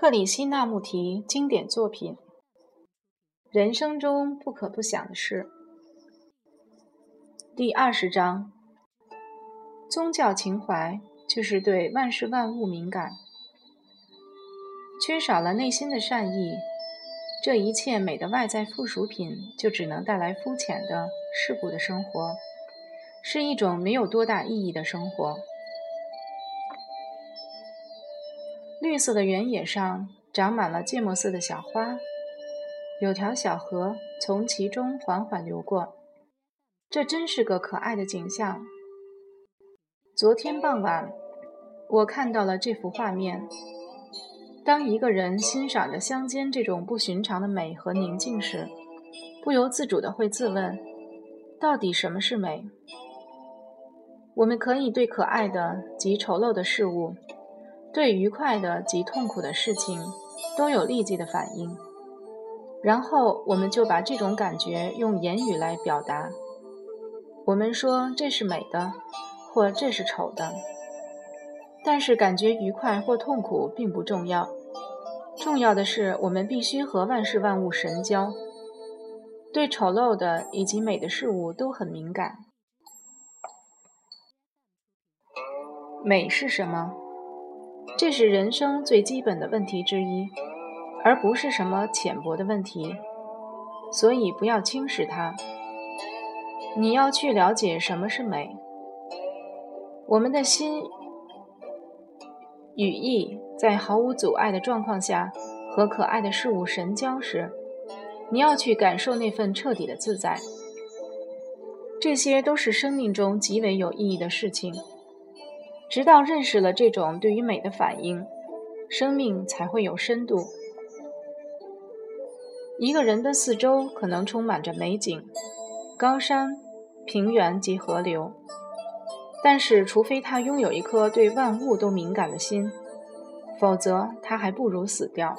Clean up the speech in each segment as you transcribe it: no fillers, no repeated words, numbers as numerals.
克里希那穆提经典作品，人生中不可不想的事。第20章，宗教情怀就是对万事万物敏感，缺少了内心的善意，这一切美的外在附属品就只能带来肤浅的世故的生活，是一种没有多大意义的生活。绿色的原野上长满了芥末色的小花，有条小河从其中缓缓流过，这真是个可爱的景象。昨天傍晚，我看到了这幅画面。当一个人欣赏着乡间这种不寻常的美和宁静时，不由自主地会自问，到底什么是美？我们可以对可爱的及丑陋的事物，对愉快的及痛苦的事情都有立即的反应，然后我们就把这种感觉用言语来表达。我们说这是美的，或这是丑的，但是感觉愉快或痛苦并不重要，重要的是我们必须和万事万物神交，对丑陋的以及美的事物都很敏感。美是什么？这是人生最基本的问题之一，而不是什么浅薄的问题，所以不要轻视它。你要去了解什么是美。我们的心与意在毫无阻碍的状况下和可爱的事物神交时，你要去感受那份彻底的自在。这些都是生命中极为有意义的事情。直到认识了这种对于美的反应，生命才会有深度。一个人的四周可能充满着美景，高山、平原及河流，但是除非他拥有一颗对万物都敏感的心，否则他还不如死掉。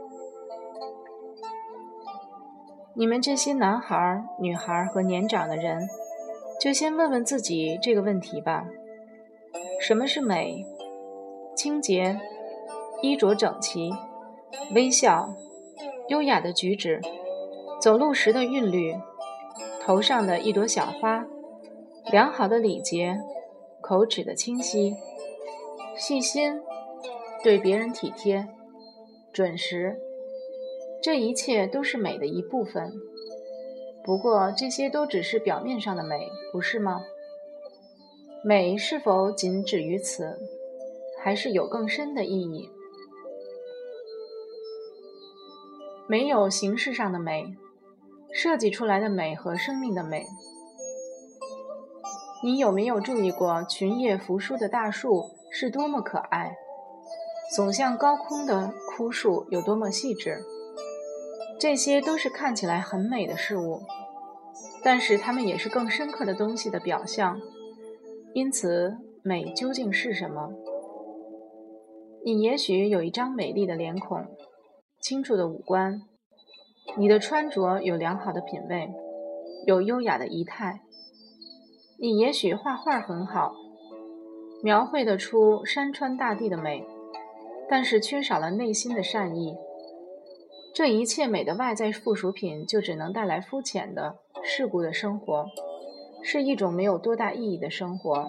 你们这些男孩、女孩和年长的人，就先问问自己这个问题吧：什么是美？清洁、衣着整齐、微笑、优雅的举止、走路时的韵律、头上的一朵小花、良好的礼节、口齿的清晰、细心、对别人体贴、准时，这一切都是美的一部分。不过这些都只是表面上的美，不是吗？美是否仅止于此，还是有更深的意义？没有形式上的美，设计出来的美和生命的美。你有没有注意过群叶扶疏的大树是多么可爱，耸向高空的枯树有多么细致？这些都是看起来很美的事物，但是它们也是更深刻的东西的表象。因此，美究竟是什么？你也许有一张美丽的脸孔，清楚的五官，你的穿着有良好的品味，有优雅的仪态。你也许画画很好，描绘得出山川大地的美，但是缺少了内心的善意。这一切美的外在附属品就只能带来肤浅的世故的生活，是一种没有多大意义的生活。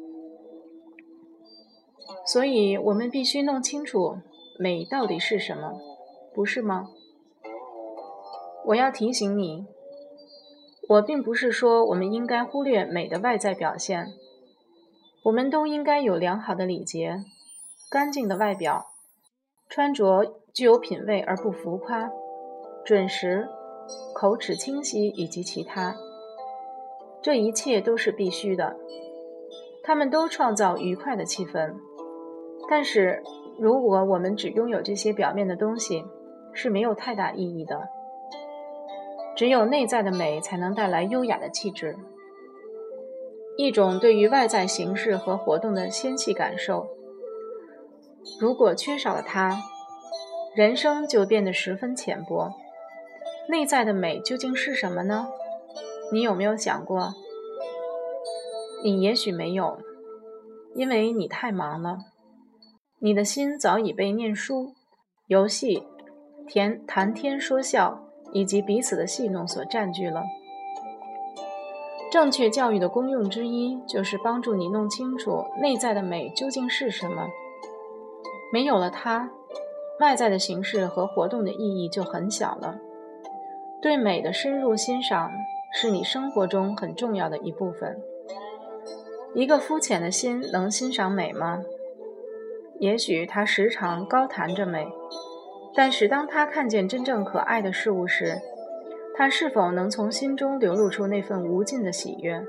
所以我们必须弄清楚美到底是什么，不是吗？我要提醒你，我并不是说我们应该忽略美的外在表现，我们都应该有良好的礼节，干净的外表，穿着具有品味而不浮夸，准时，口齿清晰以及其他。这一切都是必须的，它们都创造愉快的气氛。但是如果我们只拥有这些表面的东西，是没有太大意义的。只有内在的美才能带来优雅的气质，一种对于外在形式和活动的纤细感受。如果缺少了它，人生就变得十分浅薄。内在的美究竟是什么呢？你有没有想过？你也许没有，因为你太忙了。你的心早已被念书、 游戏、谈天说笑以及彼此的戏弄所占据了。正确教育的功用之一，就是帮助你弄清楚内在的美究竟是什么。没有了它，外在的形式和活动的意义就很小了。对美的深入欣赏，是你生活中很重要的一部分。一个肤浅的心能欣赏美吗？也许他时常高谈着美，但是当他看见真正可爱的事物时，他是否能从心中流露出那份无尽的喜悦？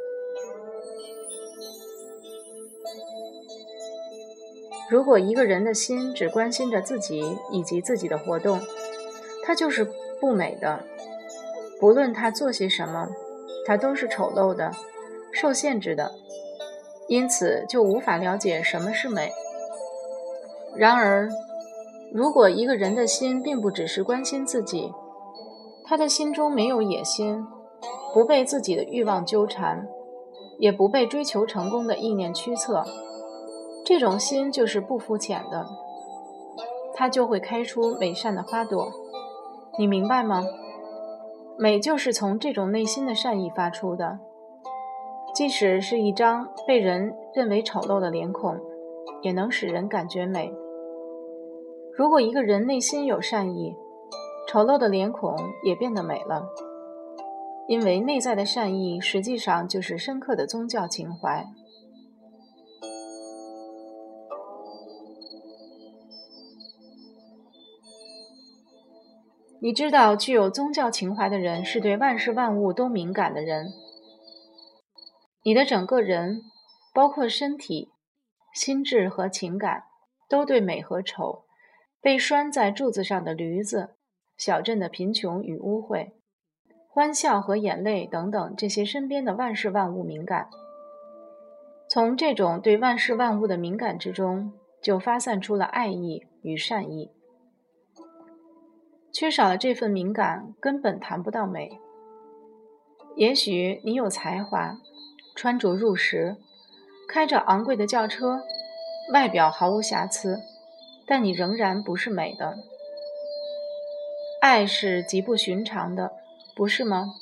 如果一个人的心只关心着自己以及自己的活动，他就是不美的。不论他做些什么，他都是丑陋的、受限制的，因此就无法了解什么是美。然而，如果一个人的心并不只是关心自己，他的心中没有野心，不被自己的欲望纠缠，也不被追求成功的意念驱策，这种心就是不肤浅的，它就会开出美善的花朵。你明白吗？美就是从这种内心的善意发出的，即使是一张被人认为丑陋的脸孔，也能使人感觉美。如果一个人内心有善意，丑陋的脸孔也变得美了，因为内在的善意实际上就是深刻的宗教情怀。你知道，具有宗教情怀的人是对万事万物都敏感的人。你的整个人，包括身体、心智和情感，都对美和丑，被拴在柱子上的驴子，小镇的贫穷与污秽，欢笑和眼泪等等这些身边的万事万物敏感。从这种对万事万物的敏感之中，就发散出了爱意与善意。缺少了这份敏感，根本谈不到美。也许你有才华，穿着入时，开着昂贵的轿车，外表毫无瑕疵，但你仍然不是美的。爱是极不寻常的，不是吗？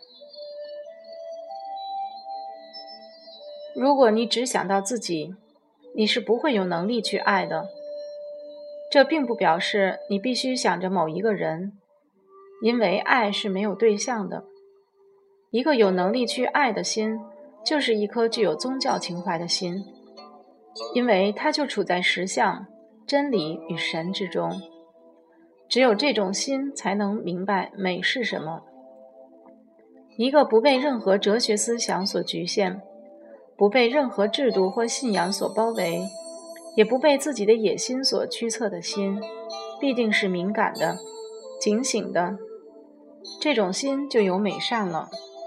如果你只想到自己，你是不会有能力去爱的。这并不表示你必须想着某一个人，因为爱是没有对象的。一个有能力去爱的心，就是一颗具有宗教情怀的心，因为它就处在实相、真理与神之中。只有这种心才能明白美是什么。一个不被任何哲学思想所局限，不被任何制度或信仰所包围，也不被自己的野心所驱策的心，必定是敏感的、警醒的。这种心就有美善了。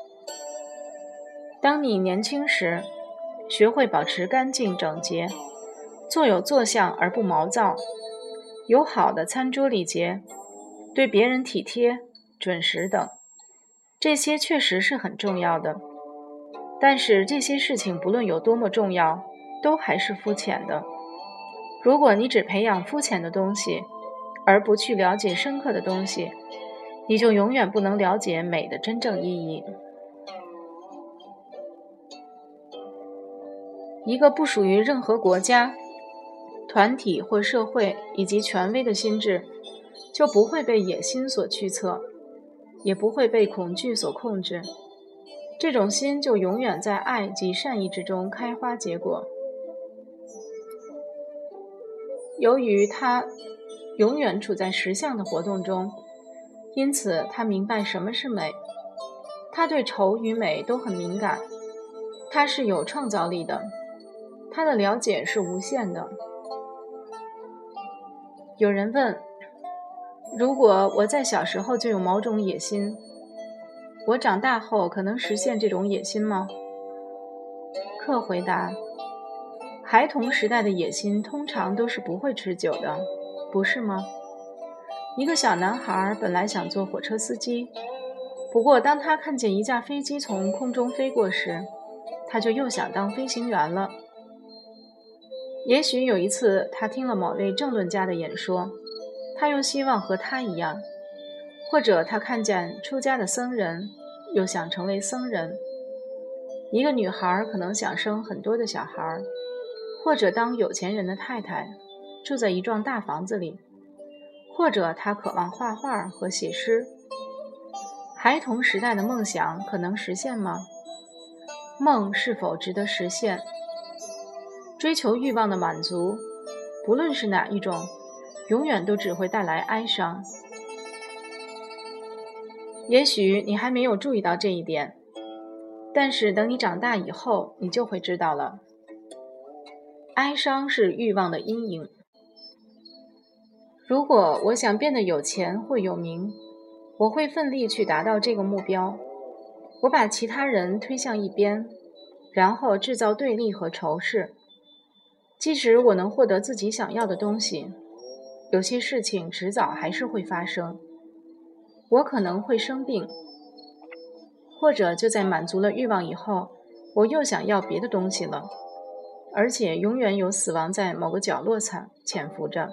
当你年轻时，学会保持干净整洁，坐有坐相而不毛躁，有好的餐桌礼节，对别人体贴、准时等，这些确实是很重要的。但是这些事情不论有多么重要，都还是肤浅的。如果你只培养肤浅的东西，而不去了解深刻的东西，你就永远不能了解美的真正意义。一个不属于任何国家、团体或社会以及权威的心智，就不会被野心所驱策，也不会被恐惧所控制。这种心就永远在爱及善意之中开花结果。由于它永远处在实相的活动中，因此他明白什么是美。他对丑与美都很敏感，他是有创造力的，他的了解是无限的。有人问，如果我在小时候就有某种野心，我长大后可能实现这种野心吗？克回答，孩童时代的野心通常都是不会持久的，不是吗？一个小男孩本来想做火车司机，不过当他看见一架飞机从空中飞过时，他就又想当飞行员了。也许有一次他听了某位政论家的演说，他他又希望和他一样，或者他看见出家的僧人，又想成为僧人。一个女孩可能想生很多的小孩，或者当有钱人的太太，住在一幢大房子里，或者她渴望画画和写诗。孩童时代的梦想可能实现吗？梦是否值得实现？追求欲望的满足，不论是哪一种，永远都只会带来哀伤。也许你还没有注意到这一点，但是等你长大以后，你就会知道了。哀伤是欲望的阴影。如果我想变得有钱或有名，我会奋力去达到这个目标。我把其他人推向一边，然后制造对立和仇视。即使我能获得自己想要的东西，有些事情迟早还是会发生。我可能会生病，或者就在满足了欲望以后，我又想要别的东西了，而且永远有死亡在某个角落潜伏着。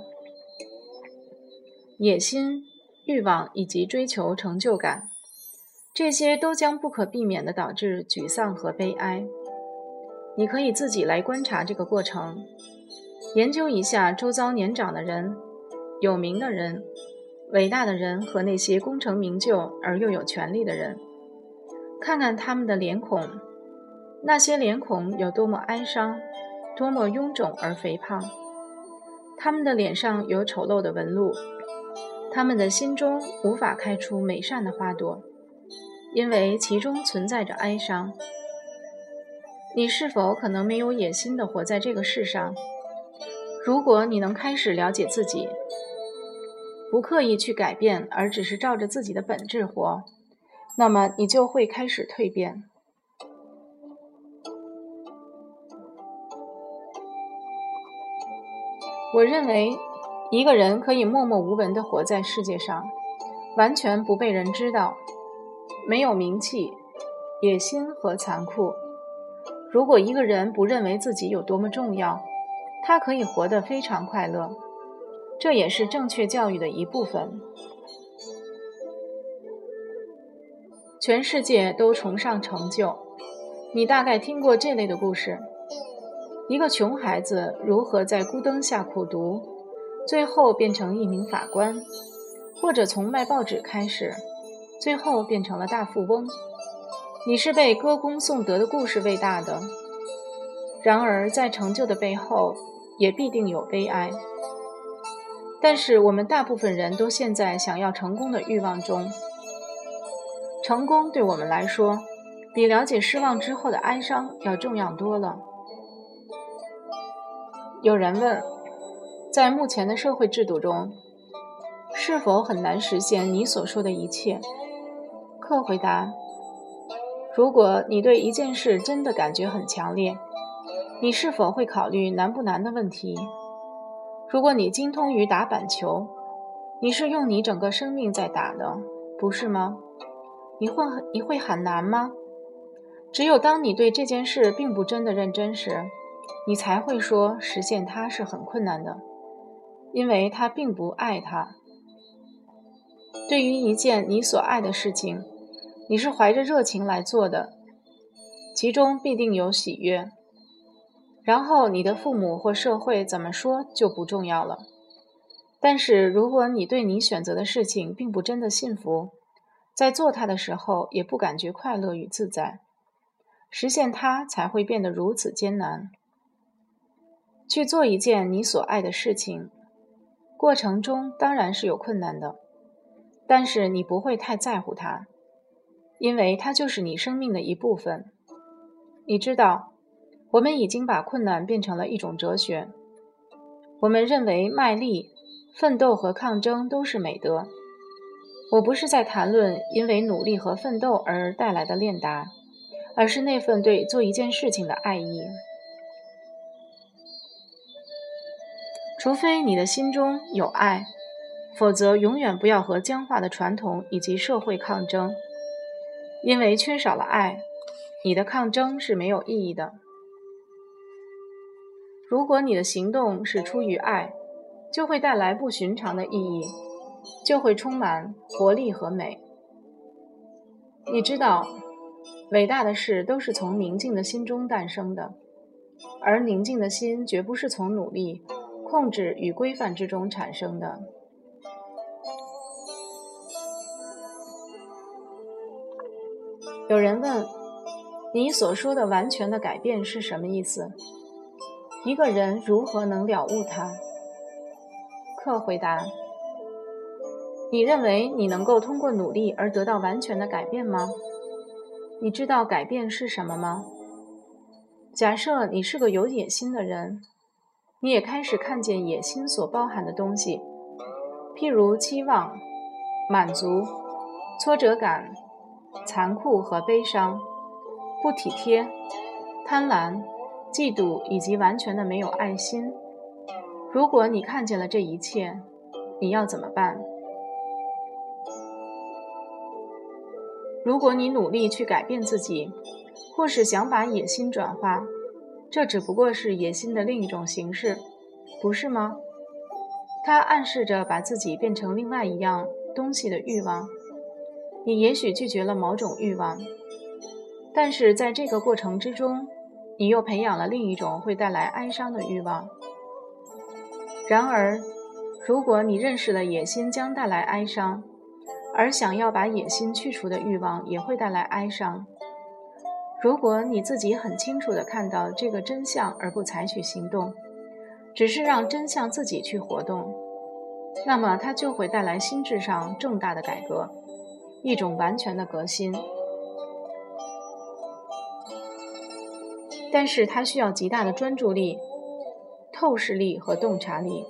野心、欲望以及追求成就感，这些都将不可避免地导致沮丧和悲哀。你可以自己来观察这个过程，研究一下周遭年长的人、有名的人、伟大的人和那些功成名就而又有权力的人，看看他们的脸孔，那些脸孔有多么哀伤，多么臃肿而肥胖。他们的脸上有丑陋的纹路，他们的心中无法开出美善的花朵，因为其中存在着哀伤。你是否可能没有野心地活在这个世上？如果你能开始了解自己，不刻意去改变，而只是照着自己的本质活，那么你就会开始蜕变。我认为，一个人可以默默无闻地活在世界上，完全不被人知道，没有名气、野心和残酷。如果一个人不认为自己有多么重要，他可以活得非常快乐。这也是正确教育的一部分。全世界都崇尚成就，你大概听过这类的故事。一个穷孩子如何在孤灯下苦读，最后变成一名法官，或者从卖报纸开始，最后变成了大富翁。你是被歌功颂德的故事喂大的，然而在成就的背后，也必定有悲哀。但是我们大部分人都陷在想要成功的欲望中。成功对我们来说，比了解失望之后的哀伤要重要多了。有人问，在目前的社会制度中，是否很难实现你所说的一切？客回答，如果你对一件事真的感觉很强烈，你是否会考虑难不难的问题？如果你精通于打板球，你是用你整个生命在打的，不是吗？你会很难吗？只有当你对这件事并不真的认真时，你才会说实现它是很困难的，因为他并不爱它。对于一件你所爱的事情，你是怀着热情来做的，其中必定有喜悦。然后你的父母或社会怎么说就不重要了。但是如果你对你选择的事情并不真的信服，在做它的时候也不感觉快乐与自在，实现它才会变得如此艰难。去做一件你所爱的事情，过程中当然是有困难的，但是你不会太在乎它，因为它就是你生命的一部分。你知道，我们已经把困难变成了一种哲学。我们认为卖力、奋斗和抗争都是美德。我不是在谈论因为努力和奋斗而带来的练达，而是那份对做一件事情的爱意。除非你的心中有爱，否则永远不要和僵化的传统以及社会抗争，因为缺少了爱，你的抗争是没有意义的。如果你的行动是出于爱， 就会带来不寻常的意义，就会充满活力和美。你知道，伟大的事都是从宁静的心中诞生的，而宁静的心绝不是从努力、控制与规范之中产生的。有人问，你所说的完全的改变是什么意思？一个人如何能了悟它？克回答，你认为你能够通过努力而得到完全的改变吗？你知道改变是什么吗？假设你是个有野心的人，你也开始看见野心所包含的东西，譬如期望、满足、挫折感、残酷和悲伤、不体贴、贪婪、嫉妒以及完全的没有爱心。如果你看见了这一切，你要怎么办？如果你努力去改变自己，或是想把野心转化，这只不过是野心的另一种形式，不是吗？它暗示着把自己变成另外一样东西的欲望。你也许拒绝了某种欲望，但是在这个过程之中，你又培养了另一种会带来哀伤的欲望。然而，如果你认识了野心将带来哀伤，而想要把野心去除的欲望也会带来哀伤。如果你自己很清楚地看到这个真相而不采取行动，只是让真相自己去活动，那么它就会带来心智上重大的改革，一种完全的革新。但是它需要极大的专注力、透视力和洞察力。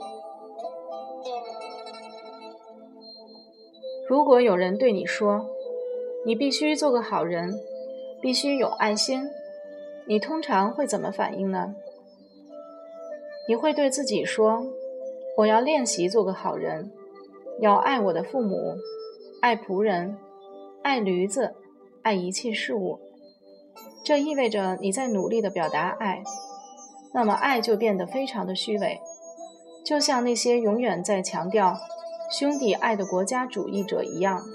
如果有人对你说，你必须做个好人，必须有爱心，你通常会怎么反应呢？你会对自己说，我要练习做个好人，要爱我的父母，爱仆人，爱驴子，爱一切事物。这意味着你在努力地表达爱，那么爱就变得非常的虚伪，就像那些永远在强调兄弟爱的国家主义者一样。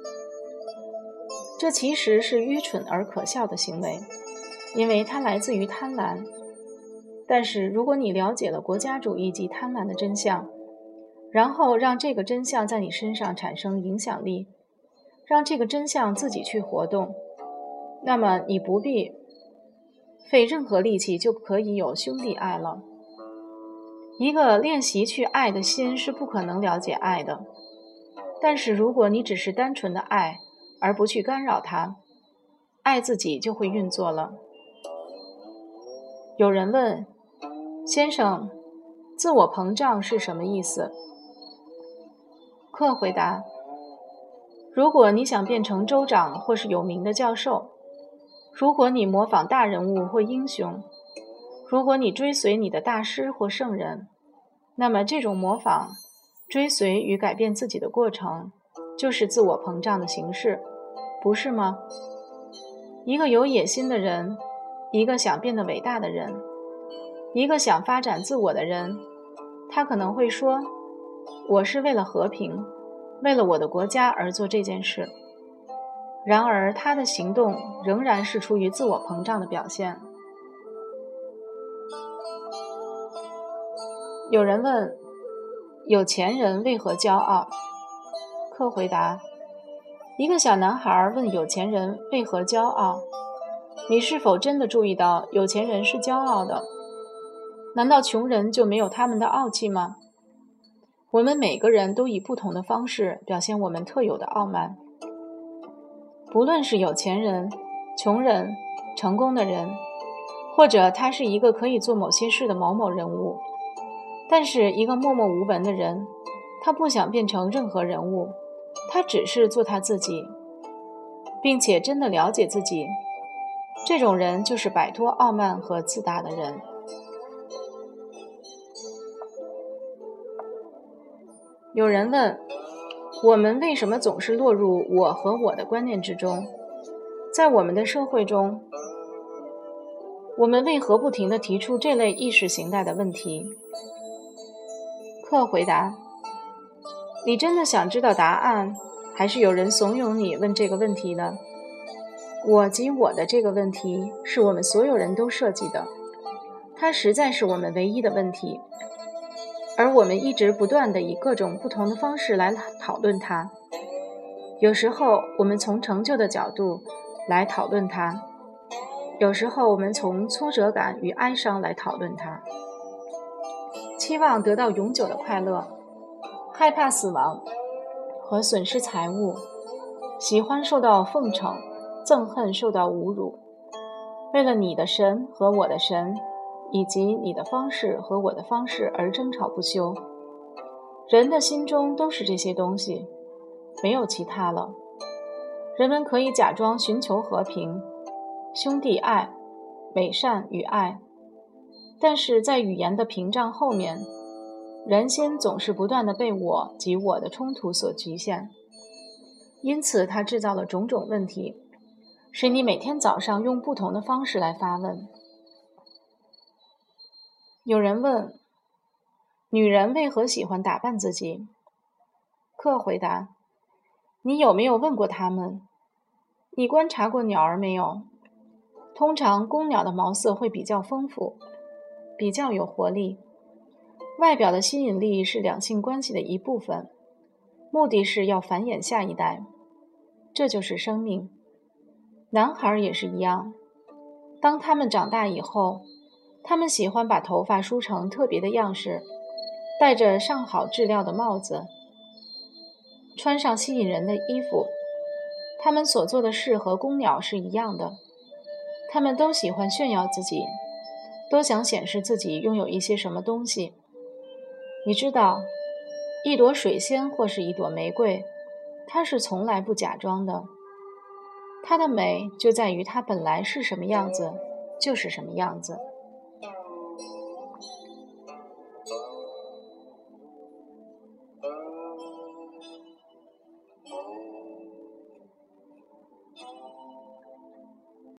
这其实是愚蠢而可笑的行为，因为它来自于贪婪。但是如果你了解了国家主义及贪婪的真相，然后让这个真相在你身上产生影响力，让这个真相自己去活动，那么你不必费任何力气就可以有兄弟爱了。一个练习去爱的心是不可能了解爱的，但是如果你只是单纯的爱，而不去干扰它，爱自己就会运作了。有人问，先生，自我膨胀是什么意思？克回答，如果你想变成州长或是有名的教授，如果你模仿大人物或英雄，如果你追随你的大师或圣人，那么这种模仿、追随与改变自己的过程，就是自我膨胀的形式，不是吗？一个有野心的人，一个想变得伟大的人，一个想发展自我的人，他可能会说，我是为了和平，为了我的国家而做这件事。然而他的行动仍然是出于自我膨胀的表现。有人问，有钱人为何骄傲？克回答，一个小男孩问有钱人为何骄傲，你是否真的注意到有钱人是骄傲的？难道穷人就没有他们的傲气吗？我们每个人都以不同的方式表现我们特有的傲慢。不论是有钱人、穷人、成功的人，或者他是一个可以做某些事的某某人物，但是一个默默无闻的人，他不想变成任何人物，他只是做他自己，并且真的了解自己，这种人就是摆脱傲慢和自大的人。有人问，我们为什么总是落入我和我的观念之中？在我们的社会中，我们为何不停地提出这类意识形态的问题？ 克回答：你真的想知道答案，还是有人怂恿你问这个问题呢？我及我的这个问题是我们所有人都设计的，它实在是我们唯一的问题，而我们一直不断地以各种不同的方式来讨论它。有时候我们从成就的角度来讨论它，有时候我们从挫折感与哀伤来讨论它。期望得到永久的快乐，害怕死亡和损失财物，喜欢受到奉承，憎恨受到侮辱，为了你的神和我的神，以及你的方式和我的方式而争吵不休。人的心中都是这些东西，没有其他了。人们可以假装寻求和平、兄弟爱、美善与爱，但是在语言的屏障后面，人心总是不断地被我及我的冲突所局限。因此它制造了种种问题，使你每天早上用不同的方式来发问。有人问，女人为何喜欢打扮自己？克回答，你有没有问过她们？你观察过鸟儿没有？通常公鸟的毛色会比较丰富，比较有活力。外表的吸引力是两性关系的一部分，目的是要繁衍下一代，这就是生命。男孩也是一样，当他们长大以后，他们喜欢把头发梳成特别的样式，戴着上好质料的帽子，穿上吸引人的衣服。他们所做的事和公鸟是一样的，他们都喜欢炫耀自己，都想显示自己拥有一些什么东西。你知道，一朵水仙或是一朵玫瑰，它是从来不假装的，它的美就在于它本来是什么样子，就是什么样子。